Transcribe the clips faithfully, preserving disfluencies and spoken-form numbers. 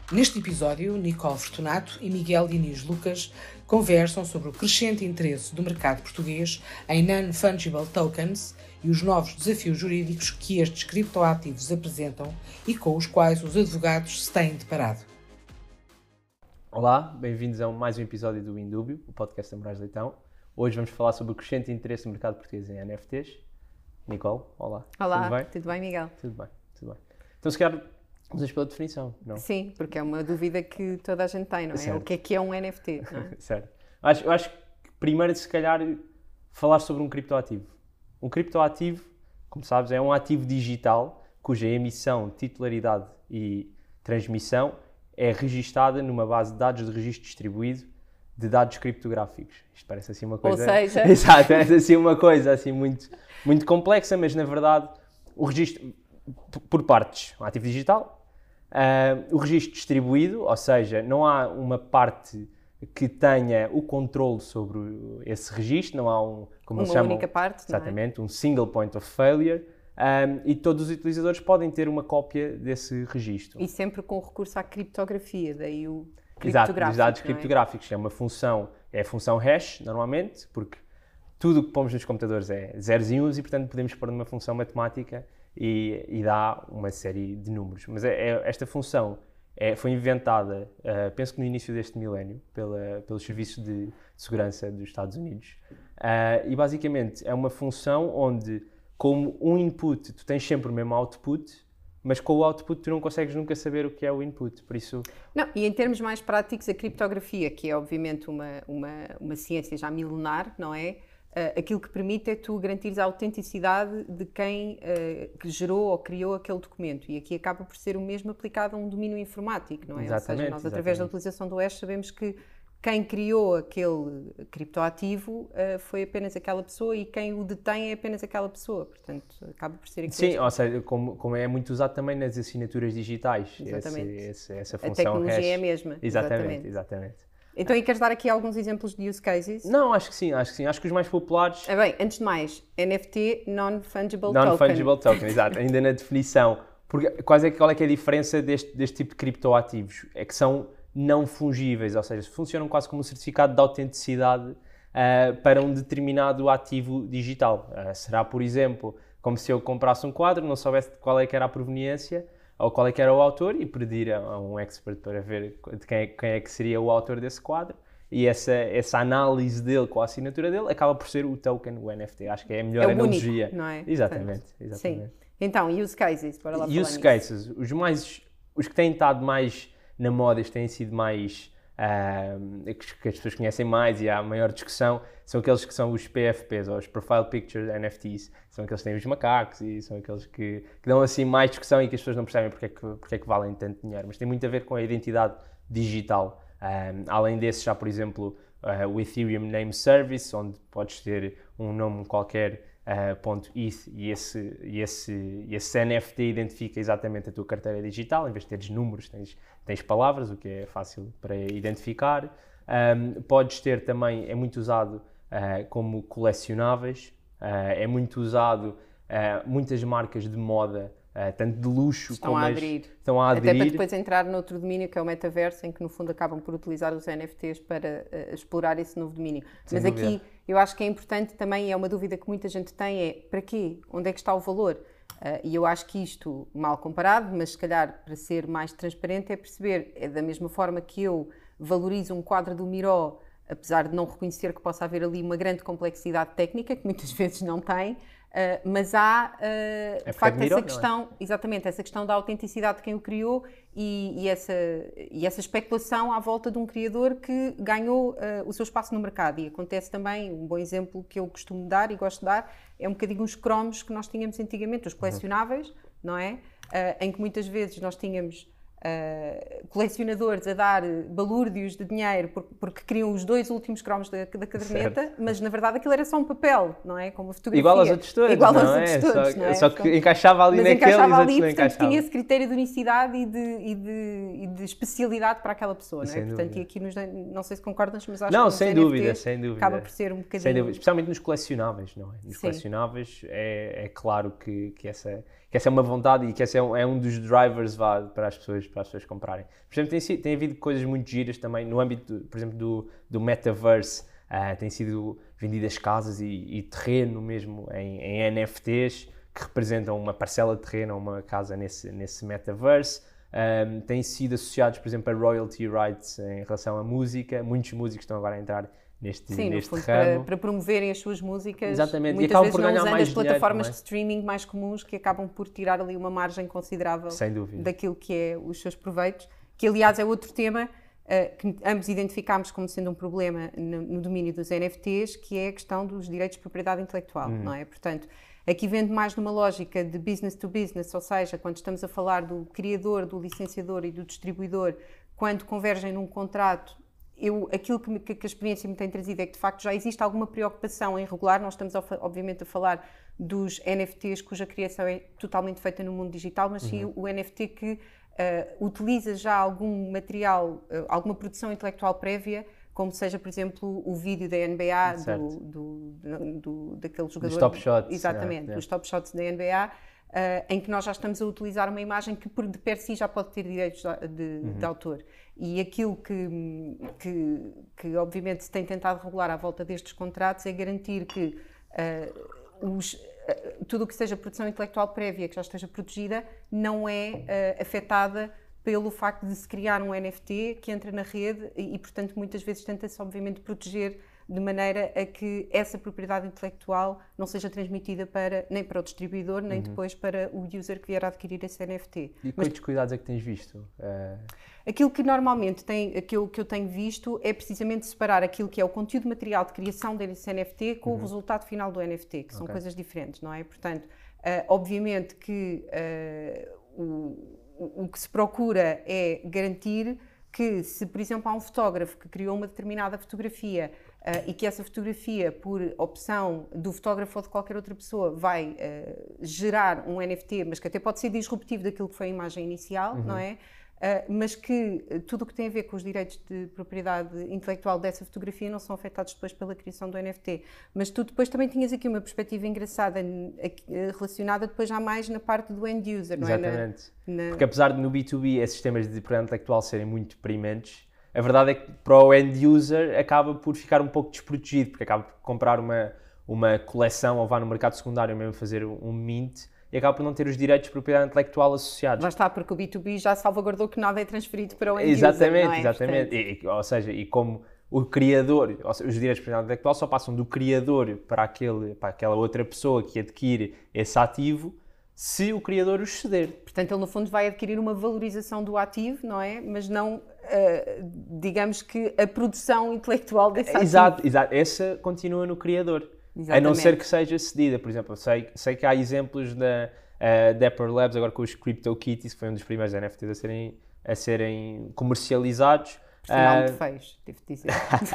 Neste episódio, Nicole Fortunato e Miguel Diniz Lucas conversam sobre o crescente interesse do mercado português em non-fungible tokens e os novos desafios jurídicos que estes criptoativos apresentam e com os quais os advogados se têm deparado. Olá, bem-vindos a mais um episódio do Indúbio, o podcast da Moraes Leitão. Hoje vamos falar sobre o crescente interesse no mercado português em N F Ts. Nicole, olá. Olá, tudo bem? Tudo bem, Miguel? Tudo bem, tudo bem. Então, se calhar, vamos pela definição, não? Sim, porque é uma dúvida que toda a gente tem, não é? Certo. O que é que é um N F T? Não é? Certo. Acho, eu acho que primeiro, se calhar, falar sobre um criptoativo. Um criptoativo, como sabes, é um ativo digital cuja emissão, titularidade e transmissão é registada numa base de dados de registro distribuído de dados criptográficos. Isto parece assim uma coisa... Ou seja... Exato, parece assim uma coisa assim muito, muito complexa, mas na verdade o registro, por partes, um ativo digital, uh, o registro distribuído, ou seja, não há uma parte que tenha o controle sobre esse registro, não há um... Como uma eles chamam, única parte, exatamente, não é? um single point of failure, um, e todos os utilizadores podem ter uma cópia desse registro. E sempre com recurso à criptografia, daí o Exato, criptográfico, dos dados não é? criptográficos. É uma função, é a função hash, normalmente, porque tudo o que pomos nos computadores é zeros e uns e, portanto, podemos pôr numa função matemática e, e dá uma série de números. Mas é, é, esta função é, foi inventada, uh, penso que no início deste milénio, pela, pelos serviços de segurança dos Estados Unidos. Uh, e, basicamente, é uma função onde, como um input, tu tens sempre o mesmo output, mas com o output tu não consegues nunca saber o que é o input, por isso... Não, e em termos mais práticos, a criptografia, que é obviamente uma, uma, uma ciência já milenar, não é? Uh, aquilo que permite é tu garantires a autenticidade de quem uh, que gerou ou criou aquele documento. E aqui acaba por ser o mesmo aplicado a um domínio informático, não é? Exatamente, Ou seja, nós através exatamente. da utilização do hash sabemos que quem criou aquele criptoativo uh, foi apenas aquela pessoa e quem o detém é apenas aquela pessoa. Portanto, acaba por ser aqui. Sim, ou seja, como, como é muito usado também nas assinaturas digitais. Exatamente. Esse, esse, essa A função tecnologia hash. é a mesma. Exatamente, Exatamente. exatamente. Então, e queres dar aqui alguns exemplos de use cases? Não, acho que sim, acho que sim. Acho que os mais populares... Ah, bem, antes de mais, N F T, Non-Fungible Token. Non-Fungible Token, exato. Ainda na definição. Porque, quais é, qual é que é a diferença deste, deste tipo de criptoativos? É que são não fungíveis, ou seja, funcionam quase como um certificado de autenticidade uh, para um determinado ativo digital. Uh, será, por exemplo, como se eu comprasse um quadro, não soubesse qual é que era a proveniência ou qual é que era o autor e pedir a, a um expert para ver de quem é, quem é que seria o autor desse quadro, e essa, essa análise dele com a assinatura dele acaba por ser o token, o N F T. Acho que é a melhor É o analogia. único, não é? Exatamente, Portanto, exatamente. Sim. Então, use cases, bora lá falar Use nisso. cases, os, mais, os que têm estado mais na moda, os que têm sido mais, uh, que as pessoas conhecem mais e há maior discussão, são aqueles que são os P F Ps, ou os Profile Picture N F Ts. São aqueles que têm os macacos e são aqueles que, que dão assim mais discussão e que as pessoas não percebem porque é que, porque é que valem tanto dinheiro. Mas tem muito a ver com a identidade digital. Um, além desses, já por exemplo, uh, o Ethereum Name Service, onde podes ter um nome qualquer, Uh, ponto .eth, e esse, e, esse, e esse N F T identifica exatamente a tua carteira digital. Em vez de teres números, tens, tens palavras, o que é fácil para identificar. Um, podes ter também, é muito usado uh, como colecionáveis, uh, é muito usado, uh, muitas marcas de moda, uh, tanto de luxo Estão como a as, aderir. estão a aderir. Até para depois entrar noutro domínio, que é o metaverso, em que no fundo acabam por utilizar os N F Ts para uh, explorar esse novo domínio. Sem Mas dúvida. aqui eu acho que é importante também, é uma dúvida que muita gente tem, é para quê? Onde é que está o valor? Uh, e eu acho que isto, mal comparado, mas se calhar para ser mais transparente, é perceber, é da mesma forma que eu valorizo um quadro do Miró, apesar de não reconhecer que possa haver ali uma grande complexidade técnica, que muitas vezes não tem, Uh, mas há, uh, é de facto, Miró, essa questão, é? exatamente, essa questão da autenticidade de quem o criou e, e, essa, e essa especulação à volta de um criador que ganhou uh, o seu espaço no mercado. E acontece também, um bom exemplo que eu costumo dar e gosto de dar, é um bocadinho os cromos que nós tínhamos antigamente, os colecionáveis, uhum. não é? Uh, em que muitas vezes nós tínhamos Uh, colecionadores a dar balúrdios de dinheiro porque, porque queriam os dois últimos cromos da, da caderneta, certo. Mas na verdade aquilo era só um papel, não é? Como uma fotografia. Igual aos outros todos, Igual não aos é? outros todos, só, não é? Só que portanto, encaixava ali naquele encaixava e os ali, outros não portanto, encaixavam. tinha esse critério de unicidade e de, e de, e de especialidade para aquela pessoa, não é? Sem Portanto, dúvida. e aqui nos, não sei se concordas, mas acho não, que sem nos dúvida, N F Ts sem dúvida. acaba por ser um bocadinho... Sem dúvida, especialmente nos colecionáveis, não é? Nos Sim. colecionáveis é, é claro que, que essa, que essa é uma vontade e que esse é um, é um dos drivers vá, para, as pessoas, para as pessoas comprarem. Por exemplo, tem, tem havido coisas muito giras também no âmbito, por exemplo, do, do metaverse. Uh, têm sido vendidas casas e, e terreno mesmo em, em N F Ts que representam uma parcela de terreno ou uma casa nesse, nesse metaverse. Um, têm sido associados, por exemplo, a royalty rights em relação à música. Muitos músicos estão agora a entrar neste, Sim, neste no fundo, ramo. Para, para promoverem as suas músicas. Exatamente. Muitas E acabam vezes por não ganhar usando mais as plataformas dinheiro, de streaming mais comuns que acabam por tirar ali uma margem considerável Sem dúvida. daquilo que é os seus proveitos, que aliás é outro tema uh, que ambos identificámos como sendo um problema no, no domínio dos N F Ts, que é a questão dos direitos de propriedade intelectual, hum. não é? Portanto, aqui vendo mais numa lógica de business to business, ou seja, quando estamos a falar do criador, do licenciador e do distribuidor, quando convergem num contrato, eu, aquilo que, me, que a experiência me tem trazido é que de facto já existe alguma preocupação em regular. Nós estamos obviamente a falar dos N F Ts cuja criação é totalmente feita no mundo digital, mas sim uhum. o N F T que uh, utiliza já algum material, uh, alguma produção intelectual prévia, como seja, por exemplo, o vídeo da N B A, do, do, do, do, daquele jogador... Dos top shots. Exatamente, yeah, yeah. dos top shots da N B A, uh, em que nós já estamos a utilizar uma imagem que, por de per si, já pode ter direitos de, de, uhum. de autor. E aquilo que, que, que, obviamente, se tem tentado regular à volta destes contratos é garantir que uh, os, uh, tudo o que seja produção intelectual prévia, que já esteja protegida, não é uh, afetada pelo facto de se criar um N F T que entra na rede e, e portanto, muitas vezes tenta-se, obviamente, proteger de maneira a que essa propriedade intelectual não seja transmitida para, nem para o distribuidor, nem uhum. depois para o user que vier a adquirir esse N F T. E quantos cuidados é que tens visto? Uh... Aquilo que normalmente tem, aquilo que eu tenho visto é precisamente separar aquilo que é o conteúdo material de criação desse N F T com uhum. o resultado final do N F T, que são okay. coisas diferentes, não é? Portanto, uh, obviamente que uh, o O que se procura é garantir que, se, por exemplo, há um fotógrafo que criou uma determinada fotografia uh, e que essa fotografia, por opção do fotógrafo ou de qualquer outra pessoa, vai uh, gerar um N F T, mas que até pode ser disruptivo daquilo que foi a imagem inicial, uhum. não é? Uh, mas que uh, tudo o que tem a ver com os direitos de propriedade intelectual dessa fotografia não são afetados depois pela criação do N F T. Mas tu depois também tinhas aqui uma perspectiva engraçada uh, relacionada depois já mais na parte do end user, não é? Exatamente. Na, na... Porque apesar de no B dois B esses sistemas de propriedade intelectual serem muito deprimentes, a verdade é que para o end user acaba por ficar um pouco desprotegido, porque acaba por comprar uma, uma coleção ou vá no mercado secundário mesmo fazer um mint, e acaba por não ter os direitos de propriedade intelectual associados. Lá está, porque o B dois B já salvaguardou que nada é transferido para o end exatamente, user, não é? Exatamente, e, ou seja, e como o criador, ou seja, os direitos de propriedade intelectual só passam do criador para, aquele, para aquela outra pessoa que adquire esse ativo, se o criador os ceder. Portanto, ele no fundo vai adquirir uma valorização do ativo, não é? Mas não, uh, digamos que a produção intelectual desse ativo. Exato, exato, essa continua no criador. Exatamente. A não ser que seja cedida. Por exemplo, eu sei, sei que há exemplos da uh, Dapper Labs, agora com os CryptoKitties, que foi um dos primeiros N F Ts a serem, a serem comercializados. Por sinal uh... muito feios, devo dizer.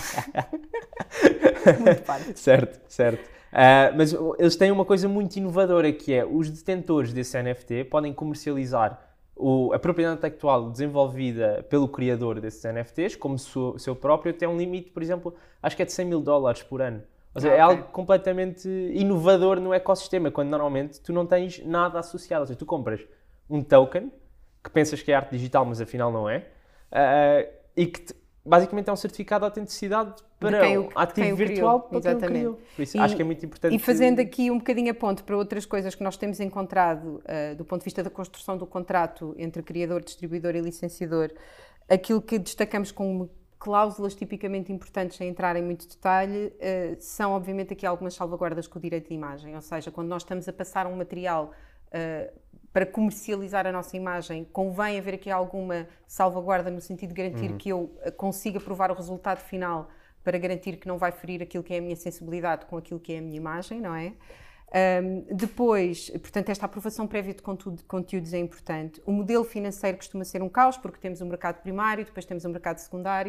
Muito parte. Certo, certo. Uh, mas eles têm uma coisa muito inovadora, que é os detentores desse N F T podem comercializar o, a propriedade intelectual desenvolvida pelo criador desses N F Ts como seu, seu próprio, até um limite, por exemplo, acho que é de cem mil dólares por ano. Ou seja, ah, okay. é algo completamente inovador no ecossistema, quando normalmente tu não tens nada associado. Ou seja, tu compras um token, que pensas que é arte digital, mas afinal não é, uh, e que te, basicamente é um certificado de autenticidade para o ativo virtual para quem o criou. Por isso, e, acho que é muito importante. E fazendo aqui um bocadinho a ponte para outras coisas que nós temos encontrado, uh, do ponto de vista da construção do contrato entre criador, distribuidor e licenciador, aquilo que destacamos como cláusulas tipicamente importantes, sem entrar em muito detalhe, uh, são obviamente aqui algumas salvaguardas com o direito de imagem, ou seja, quando nós estamos a passar um material uh, para comercializar a nossa imagem, convém haver aqui alguma salvaguarda no sentido de garantir uhum. que eu consiga provar o resultado final para garantir que não vai ferir aquilo que é a minha sensibilidade com aquilo que é a minha imagem, não é? Um, depois, portanto, esta aprovação prévia de conteúdo, conteúdos é importante. O modelo financeiro costuma ser um caos, porque temos o mercado primário, depois temos o mercado secundário,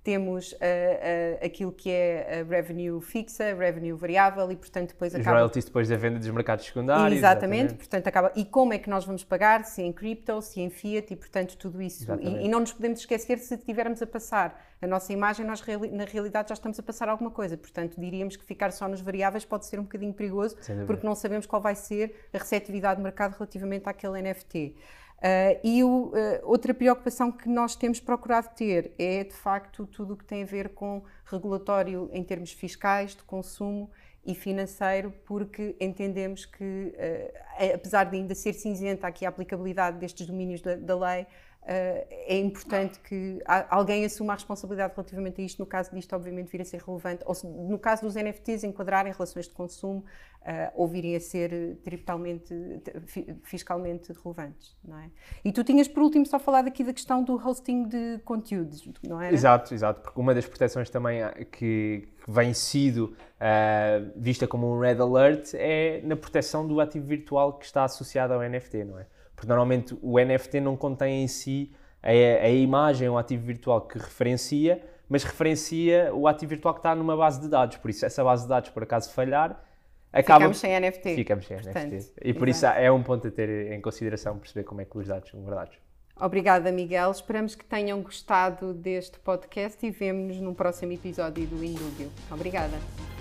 temos uh, uh, aquilo que é a revenue fixa, revenue variável e, portanto, depois Os acaba... royalties depois da venda dos mercados secundários. Exatamente, Exatamente, portanto, acaba... E como é que nós vamos pagar? Se em cripto, se em fiat e, portanto, tudo isso. E, e não nos podemos esquecer, se estivermos a passar a nossa imagem, nós na realidade já estamos a passar alguma coisa. Portanto, diríamos que ficar só nos variáveis pode ser um bocadinho perigoso, porque não sabemos qual vai ser a receptividade do mercado relativamente àquele N F T. Uh, e o, uh, outra preocupação que nós temos procurado ter é, de facto, tudo o que tem a ver com regulatório em termos fiscais, de consumo e financeiro, porque entendemos que, uh, apesar de ainda ser cinzenta aqui a aplicabilidade destes domínios da, da lei, Uh, é importante que alguém assuma a responsabilidade relativamente a isto, no caso disto, obviamente, vir a ser relevante, ou se, no caso dos N F Ts, enquadrarem relações de consumo uh, ou virem a ser tributalmente, fiscalmente relevantes, não é? E tu tinhas, por último, só falado aqui da questão do hosting de conteúdos, não é? Exato, exato, porque uma das proteções também que, que vem sido uh, vista como um Red Alert é na proteção do ativo virtual que está associado ao N F T, não é? Porque normalmente o N F T não contém em si a, a imagem ou ativo virtual que referencia, mas referencia o ativo virtual que está numa base de dados. Por isso, essa base de dados, por acaso falhar, acaba... Ficamos sem N F T. Ficamos sem Portanto, N F T. E por exato. Isso é um ponto a ter em consideração, perceber como é que os dados são guardados. Obrigada, Miguel. Esperamos que tenham gostado deste podcast e vemo-nos num próximo episódio do Indúbio. Obrigada.